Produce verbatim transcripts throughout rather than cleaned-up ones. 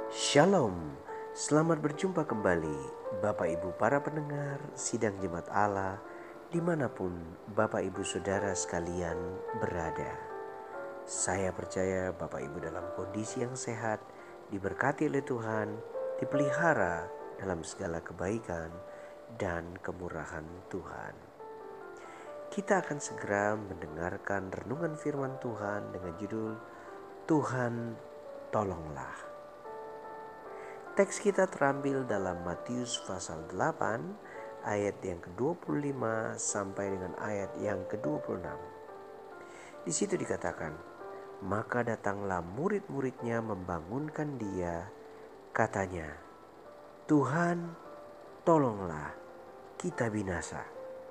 Shalom, selamat berjumpa kembali Bapak Ibu para pendengar Sidang Jemaat Allah dimanapun Bapak Ibu Saudara sekalian berada. Saya percaya Bapak Ibu dalam kondisi yang sehat, diberkati oleh Tuhan, dipelihara dalam segala kebaikan dan kemurahan Tuhan. Kita akan segera mendengarkan renungan firman Tuhan dengan judul Tuhan Tolonglah. Teks kita terambil dalam Matius pasal delapan ayat yang kedua puluh lima sampai dengan ayat yang kedua puluh enam. Di situ dikatakan, maka datanglah murid-muridnya membangunkan dia, katanya, Tuhan, tolonglah, kita binasa.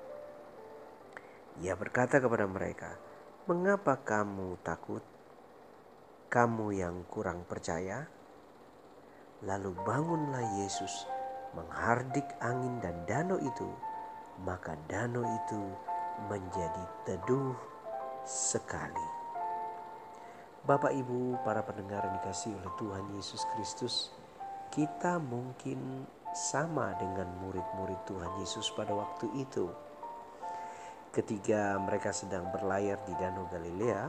Ia berkata kepada mereka, mengapa kamu takut? Kamu yang kurang percaya? Lalu bangunlah Yesus menghardik angin dan danau itu, maka danau itu menjadi teduh sekali. Bapak Ibu para pendengar yang dikasihi oleh Tuhan Yesus Kristus, kita mungkin sama dengan murid-murid Tuhan Yesus pada waktu itu. Ketika mereka sedang berlayar di Danau Galilea,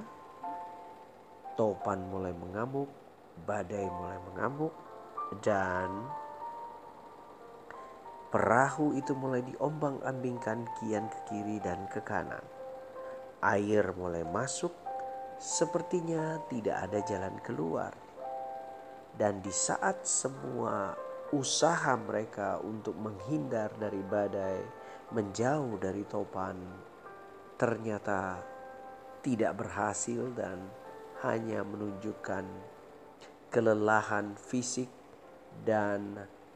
topan mulai mengamuk, badai mulai mengamuk, dan perahu itu mulai diombang-ambingkan kian ke kiri dan ke kanan. Air mulai masuk, sepertinya tidak ada jalan keluar. Dan di saat semua usaha mereka untuk menghindar dari badai, menjauh dari topan, ternyata tidak berhasil dan hanya menunjukkan kelelahan fisik dan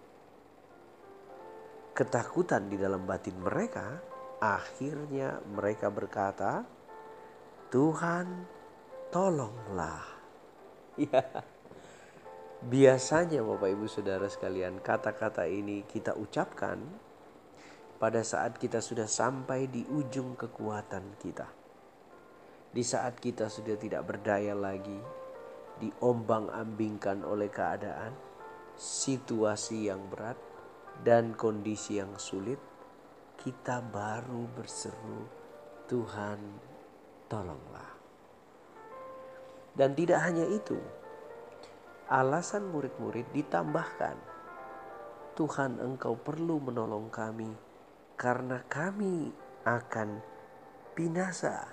ketakutan di dalam batin mereka. Akhirnya mereka berkata, Tuhan, tolonglah. Ya, biasanya Bapak Ibu Saudara sekalian, kata-kata ini kita ucapkan pada saat kita sudah sampai di ujung kekuatan kita. Di saat kita sudah tidak berdaya lagi, diombang-ambingkan oleh keadaan, situasi yang berat, dan kondisi yang sulit, kita baru berseru, Tuhan tolonglah. Dan tidak hanya itu, alasan murid-murid ditambahkan, Tuhan engkau perlu menolong kami karena kami akan binasa.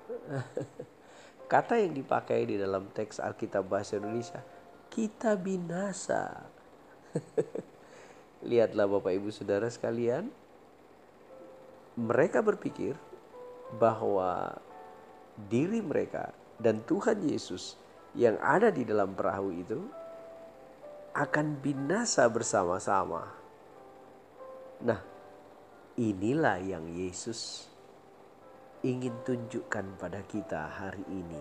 Kata yang dipakai di dalam teks Alkitab bahasa Indonesia, kita binasa. Lihatlah Bapak Ibu Saudara sekalian, mereka berpikir bahwa diri mereka dan Tuhan Yesus yang ada di dalam perahu itu akan binasa bersama-sama. Nah, inilah yang Yesus ingin tunjukkan pada kita hari ini.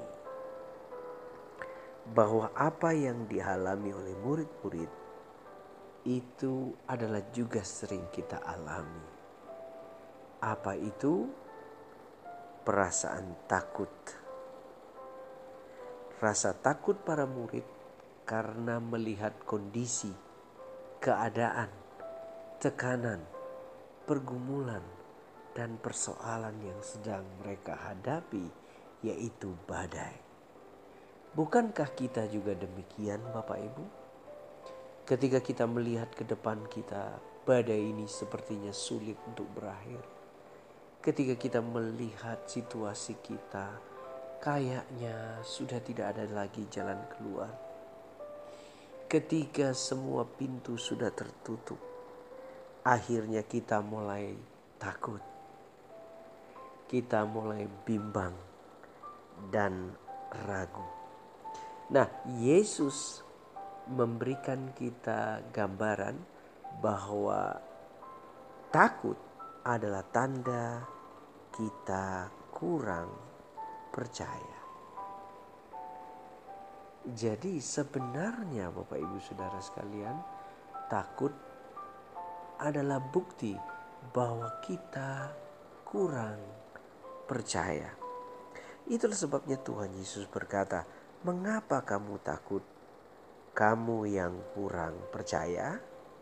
Bahwa apa yang dialami oleh murid-murid itu adalah juga sering kita alami. Apa itu? Perasaan takut. Rasa takut para murid karena melihat kondisi, keadaan, tekanan, pergumulan, dan persoalan yang sedang mereka hadapi, yaitu badai. Bukankah kita juga demikian Bapak Ibu? Ketika kita melihat ke depan kita, badai ini sepertinya sulit untuk berakhir. Ketika kita melihat situasi kita, kayaknya sudah tidak ada lagi jalan keluar. Ketika semua pintu sudah tertutup, akhirnya kita mulai takut. Kita mulai bimbang dan ragu. Nah, Yesus memberikan kita gambaran bahwa takut adalah tanda kita kurang percaya. Jadi sebenarnya Bapak Ibu Saudara sekalian, takut adalah bukti bahwa kita kurang percaya. Itulah sebabnya Tuhan Yesus berkata, mengapa kamu takut? kamu yang kurang percaya?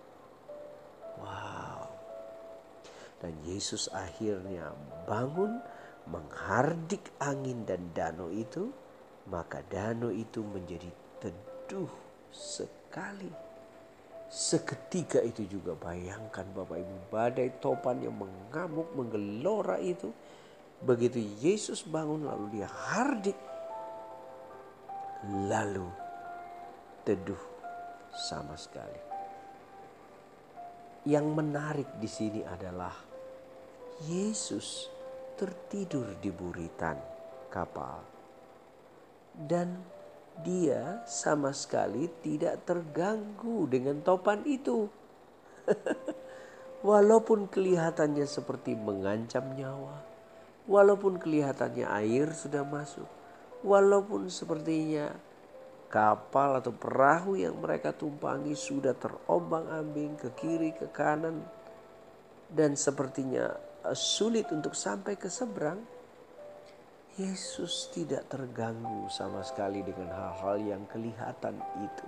Wow. Dan Yesus akhirnya bangun, menghardik angin dan danau itu, maka danau itu menjadi teduh sekali. Seketika itu juga bayangkan Bapak Ibu, badai topan yang mengamuk menggelora itu, begitu Yesus bangun lalu dia hardik, lalu teduh sama sekali. Yang menarik di sini adalah Yesus tertidur di buritan kapal dan dia sama sekali tidak terganggu dengan topan itu. Walaupun kelihatannya seperti mengancam nyawa, walaupun kelihatannya air sudah masuk, walaupun sepertinya kapal atau perahu yang mereka tumpangi sudah terombang-ambing ke kiri ke kanan dan sepertinya sulit untuk sampai ke seberang, Yesus tidak terganggu sama sekali dengan hal-hal yang kelihatan itu.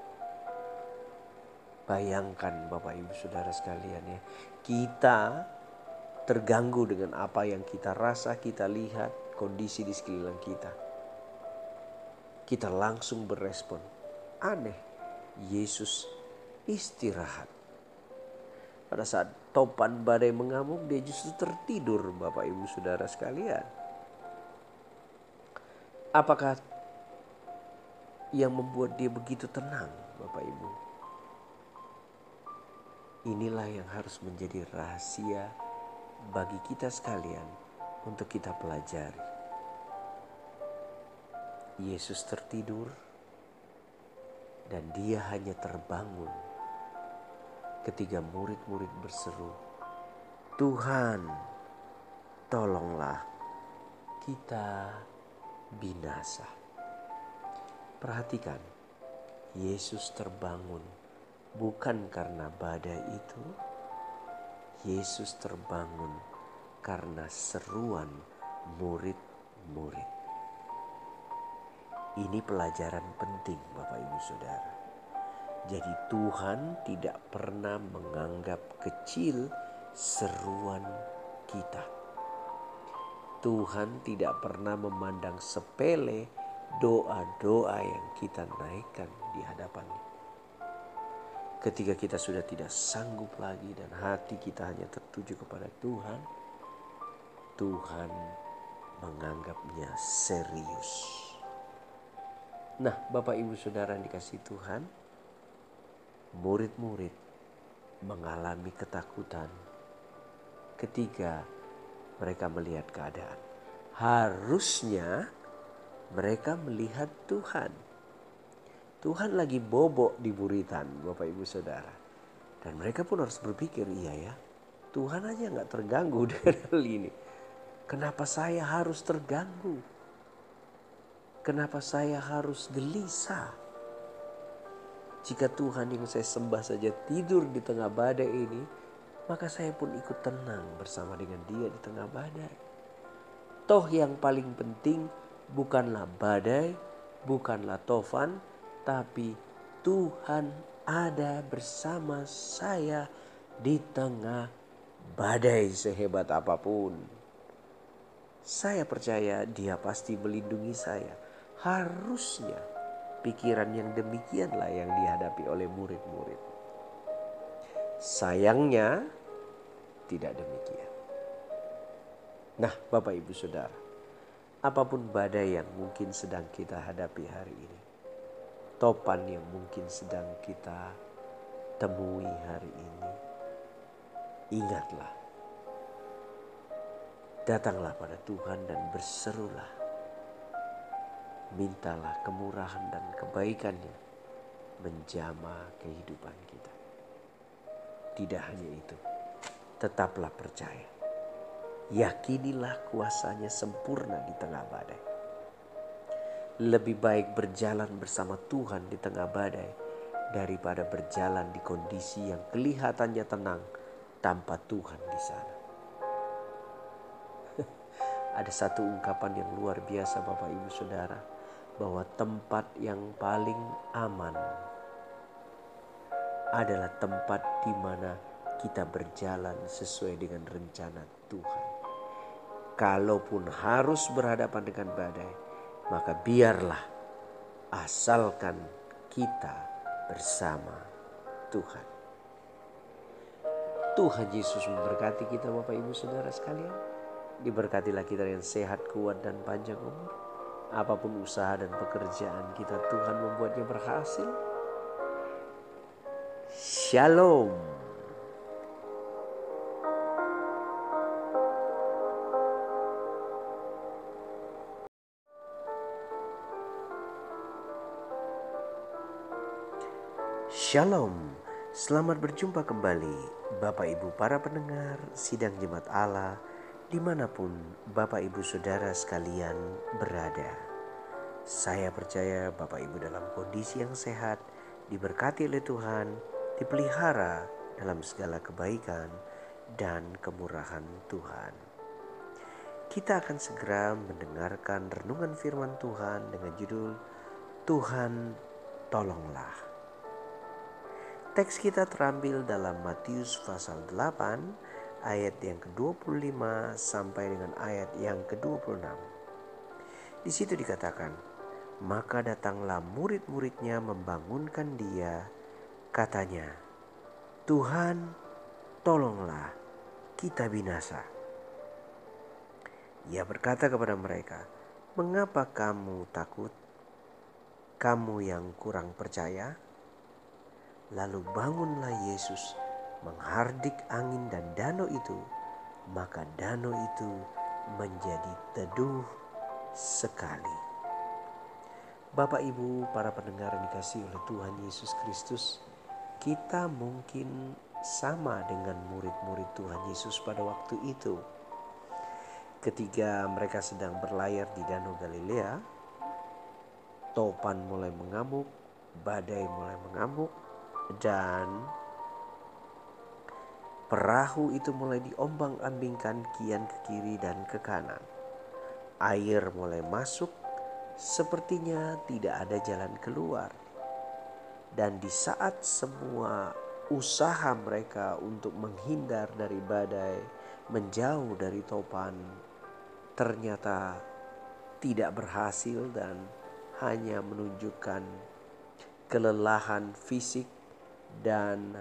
Bayangkan Bapak Ibu Saudara sekalian ya, kita terganggu dengan apa yang kita rasa, kita lihat kondisi di sekeliling kita. Kita langsung berespon. Aneh, Yesus istirahat. Pada saat topan badai mengamuk, dia justru tertidur Bapak Ibu Saudara sekalian. Apakah yang membuat dia begitu tenang Bapak Ibu? Inilah yang harus menjadi rahasia bagi kita sekalian untuk kita pelajari. Yesus tertidur dan dia hanya terbangun ketika murid-murid berseru, "Tuhan, tolonglah, kita binasa." Perhatikan, Yesus terbangun bukan karena badai itu. Yesus terbangun karena seruan murid-murid. Ini pelajaran penting Bapak Ibu Saudara. Jadi Tuhan tidak pernah menganggap kecil seruan kita. Tuhan tidak pernah memandang sepele doa-doa yang kita naikkan di hadapannya. Ketika kita sudah tidak sanggup lagi dan hati kita hanya tertuju kepada Tuhan, Tuhan menganggapnya serius. Nah, Bapak Ibu Saudara yang dikasihi Tuhan, murid-murid mengalami ketakutan ketika mereka melihat keadaan. Harusnya mereka melihat Tuhan. Tuhan lagi bobok di buritan Bapak Ibu Saudara. Dan mereka pun harus berpikir, iya ya, Tuhan aja gak terganggu dengan hal ini. Kenapa saya harus terganggu? Kenapa saya harus gelisah? Jika Tuhan yang saya sembah saja tidur di tengah badai ini, maka saya pun ikut tenang bersama dengan dia di tengah badai. Toh yang paling penting bukanlah badai, bukanlah topan, tapi Tuhan ada bersama saya di tengah badai sehebat apapun. Saya percaya dia pasti melindungi saya. Harusnya pikiran yang demikianlah yang dihadapi oleh murid-murid. Sayangnya tidak demikian. Nah, Bapak Ibu Saudara, apapun badai yang mungkin sedang kita hadapi hari ini, topan yang mungkin sedang kita temui hari ini, ingatlah, datanglah pada Tuhan dan berserulah. Mintalah kemurahan dan kebaikannya menjamah kehidupan kita. Tidak hanya itu, tetaplah percaya. Yakinilah kuasanya sempurna di tengah badai. Lebih baik berjalan bersama Tuhan di tengah badai daripada berjalan di kondisi yang kelihatannya tenang tanpa Tuhan di sana. Ada satu ungkapan yang luar biasa Bapak Ibu Saudara. bahwa tempat yang paling aman adalah tempat di mana kita berjalan sesuai dengan rencana Tuhan. Kalaupun harus berhadapan dengan badai, maka biarlah, asalkan kita bersama Tuhan. Tuhan Yesus memberkati kita Bapak Ibu Saudara sekalian. Diberkatilah kita yang sehat, kuat, dan panjang umur. Apapun usaha dan pekerjaan kita, Tuhan membuatnya berhasil. Shalom. Shalom. Selamat berjumpa kembali Bapak Ibu para pendengar Sidang Jemaat Allah dimanapun Bapak Ibu Saudara sekalian berada. Saya percaya Bapak Ibu dalam kondisi yang sehat, diberkati oleh Tuhan, dipelihara dalam segala kebaikan dan kemurahan Tuhan. Kita akan segera mendengarkan renungan firman Tuhan dengan judul Tuhan Tolonglah. Teks kita terambil dalam Matius pasal delapan ayat yang ke dua puluh lima sampai dengan ayat yang ke dua puluh enam. Di situ dikatakan, maka datanglah murid-muridnya membangunkan dia, katanya, Tuhan, tolonglah, kita binasa. Ia berkata kepada mereka, mengapa kamu takut? Kamu yang kurang percaya? Lalu bangunlah Yesus menghardik angin dan danau itu, maka danau itu menjadi teduh sekali. Bapak Ibu para pendengar yang dikasihi oleh Tuhan Yesus Kristus, kita mungkin sama dengan murid-murid Tuhan Yesus pada waktu itu. Ketika mereka sedang berlayar di Danau Galilea, topan mulai mengamuk, badai mulai mengamuk, dan perahu itu mulai diombang-ambingkan kian ke kiri dan ke kanan. Air mulai masuk, sepertinya tidak ada jalan keluar. Dan di saat semua usaha mereka untuk menghindar dari badai, menjauh dari topan, ternyata tidak berhasil dan hanya menunjukkan kelelahan fisik dan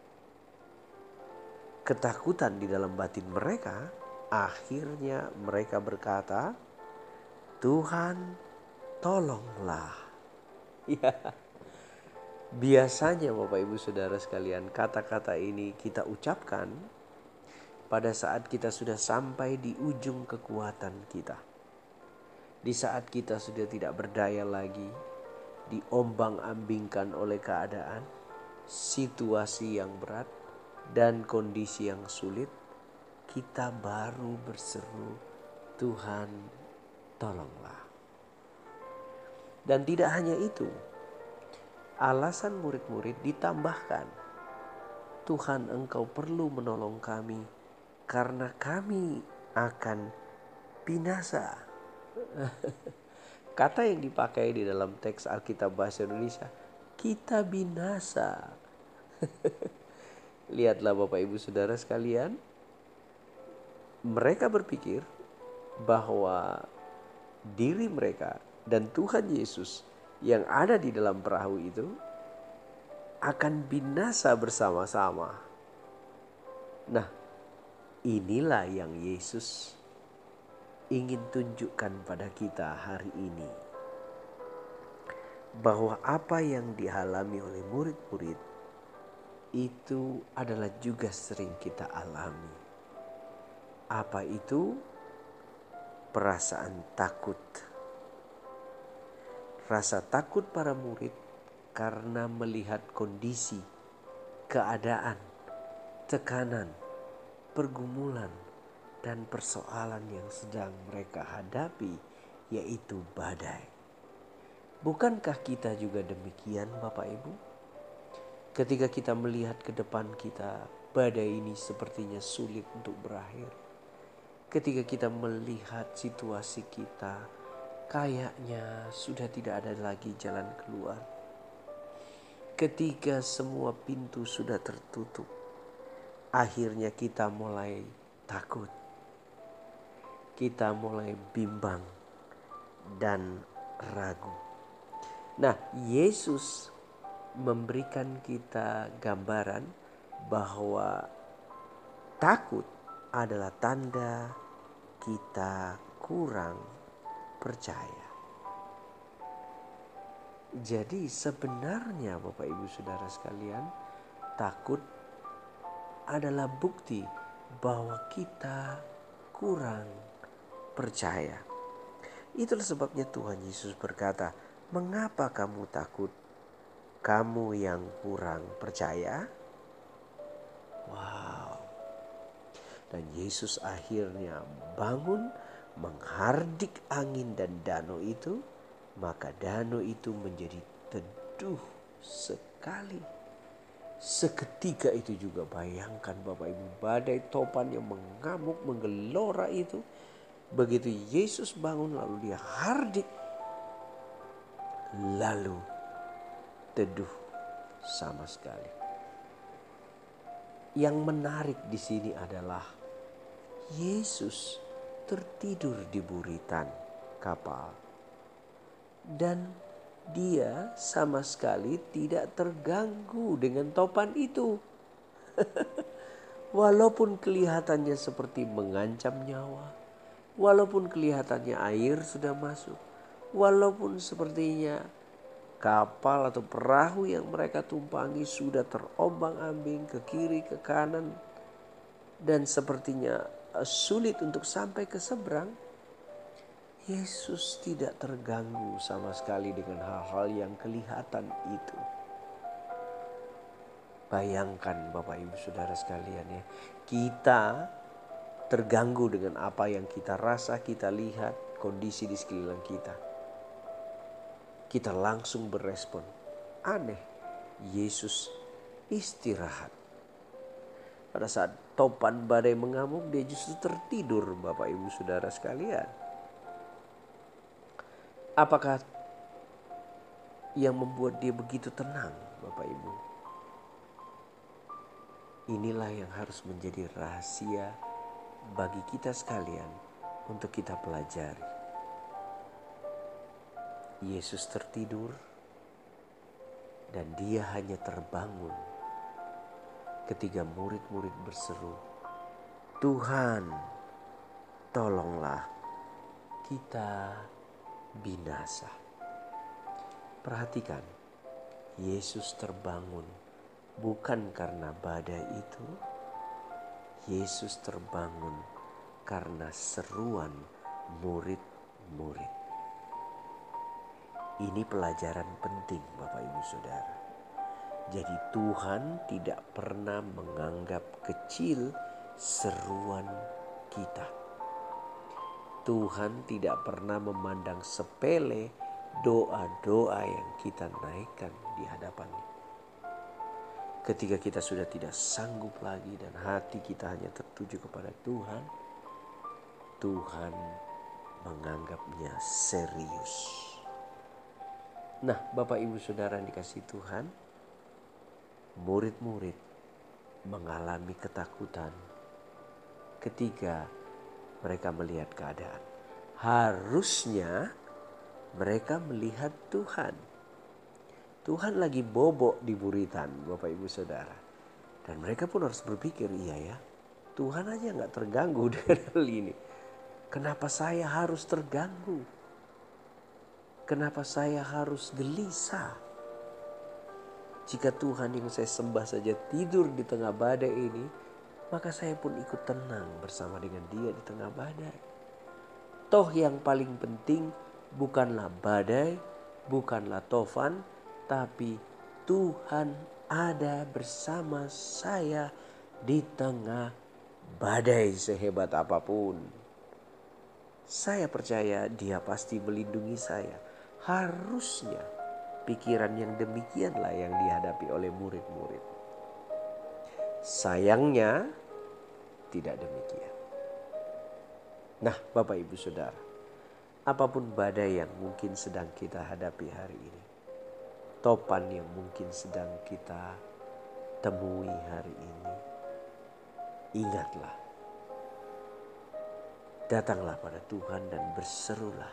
ketakutan di dalam batin mereka. Akhirnya mereka berkata, Tuhan tolonglah. Ya, biasanya Bapak Ibu Saudara sekalian, kata-kata ini kita ucapkan pada saat kita sudah sampai di ujung kekuatan kita. Di saat kita sudah tidak berdaya lagi, diombang-ambingkan oleh keadaan, situasi yang berat, dan kondisi yang sulit, kita baru berseru, Tuhan tolonglah. Dan tidak hanya itu, alasan murid-murid ditambahkan, Tuhan engkau perlu menolong kami karena kami akan binasa. Kata yang dipakai di dalam teks Alkitab bahasa Indonesia, kita binasa. Lihatlah Bapak Ibu Saudara sekalian, mereka berpikir bahwa diri mereka dan Tuhan Yesus yang ada di dalam perahu itu akan binasa bersama-sama. Nah, inilah yang Yesus ingin tunjukkan pada kita hari ini, bahwa apa yang dialami oleh murid-murid itu adalah juga sering kita alami. Apa itu? Perasaan takut. Rasa takut para murid karena melihat kondisi, keadaan, tekanan, pergumulan, dan persoalan yang sedang mereka hadapi, yaitu badai. Bukankah kita juga demikian Bapak Ibu? Ketika kita melihat ke depan kita, badai ini sepertinya sulit untuk berakhir. Ketika kita melihat situasi kita kayaknya sudah tidak ada lagi jalan keluar. Ketika semua pintu sudah tertutup, akhirnya kita mulai takut. Kita mulai bimbang dan ragu. Nah, Yesus memberikan kita gambaran bahwa takut adalah tanda kita kurang percaya. Jadi sebenarnya Bapak Ibu Saudara sekalian, takut adalah bukti bahwa kita kurang percaya. Itulah sebabnya Tuhan Yesus berkata, "Mengapa kamu takut? Kamu yang kurang percaya?" Wow. Dan Yesus akhirnya bangun, menghardik angin dan danau itu, maka danau itu menjadi teduh sekali. Seketika itu juga bayangkan Bapak Ibu, badai topan yang mengamuk menggelora itu, begitu Yesus bangun lalu dia hardik, lalu teduh sama sekali. Yang menarik di sini adalah Yesus tertidur di buritan kapal dan dia sama sekali tidak terganggu dengan topan itu. Walaupun kelihatannya seperti mengancam nyawa, walaupun kelihatannya air sudah masuk, walaupun sepertinya kapal atau perahu yang mereka tumpangi sudah terombang-ambing ke kiri ke kanan dan sepertinya sulit untuk sampai ke seberang, Yesus tidak terganggu sama sekali dengan hal-hal yang kelihatan itu. Bayangkan Bapak Ibu Saudara sekalian ya, kita terganggu dengan apa yang kita rasa, kita lihat, kondisi di sekeliling kita. Kita langsung berespon. Aneh, Yesus istirahat. Pada saat topan badai mengamuk, dia justru tertidur Bapak Ibu Saudara sekalian. Apakah yang membuat dia begitu tenang Bapak Ibu? Inilah yang harus menjadi rahasia bagi kita sekalian untuk kita pelajari. Yesus tertidur dan dia hanya terbangun ketika murid-murid berseru, "Tuhan, tolonglah, kita binasa." Perhatikan, Yesus terbangun bukan karena badai itu. Yesus terbangun karena seruan murid-murid. Ini pelajaran penting Bapak Ibu Saudara. Jadi Tuhan tidak pernah menganggap kecil seruan kita. Tuhan tidak pernah memandang sepele doa-doa yang kita naikkan di hadapannya. Ketika kita sudah tidak sanggup lagi dan hati kita hanya tertuju kepada Tuhan, Tuhan menganggapnya serius. Nah, Bapak Ibu Saudara yang dikasihi Tuhan, murid-murid mengalami ketakutan ketika mereka melihat keadaan. Harusnya mereka melihat Tuhan. Tuhan lagi bobok di buritan Bapak Ibu Saudara. Dan mereka pun harus berpikir, iya ya, Tuhan aja gak terganggu dengan hal ini. Kenapa saya harus terganggu? Kenapa saya harus gelisah? Jika Tuhan yang saya sembah saja tidur di tengah badai ini, maka saya pun ikut tenang bersama dengan dia di tengah badai. Toh yang paling penting bukanlah badai, bukanlah topan, tapi Tuhan ada bersama saya di tengah badai sehebat apapun. Saya percaya dia pasti melindungi saya. Harusnya pikiran yang demikianlah yang dihadapi oleh murid-murid. Sayangnya tidak demikian. Nah, Bapak Ibu Saudara, apapun badai yang mungkin sedang kita hadapi hari ini, topan yang mungkin sedang kita temui hari ini, ingatlah, datanglah pada Tuhan dan berserulah.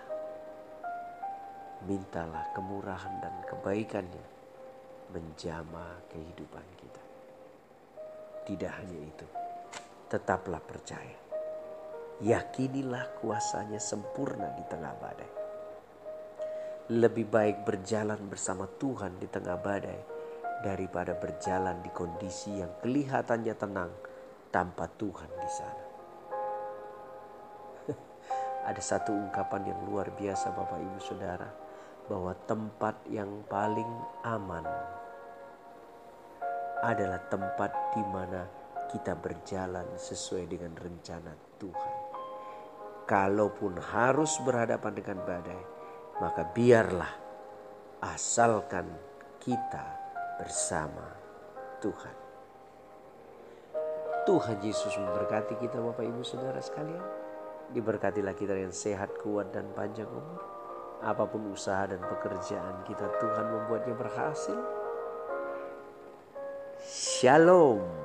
Mintalah kemurahan dan kebaikan-Nya menjamah kehidupan kita. Tidak hanya itu, tetaplah percaya. Yakinilah kuasa-Nya sempurna di tengah badai. Lebih baik berjalan bersama Tuhan di tengah badai daripada berjalan di kondisi yang kelihatannya tenang tanpa Tuhan di sana. Ada satu ungkapan yang luar biasa Bapak Ibu Saudara, bahwa tempat yang paling aman adalah tempat di mana kita berjalan sesuai dengan rencana Tuhan. Kalaupun harus berhadapan dengan badai, maka biarlah, asalkan kita bersama Tuhan. Tuhan Yesus memberkati kita Bapak Ibu Saudara sekalian. Diberkatilah kita dengan sehat, kuat, dan panjang umur. Apapun usaha dan pekerjaan kita, Tuhan membuatnya berhasil. Shalom.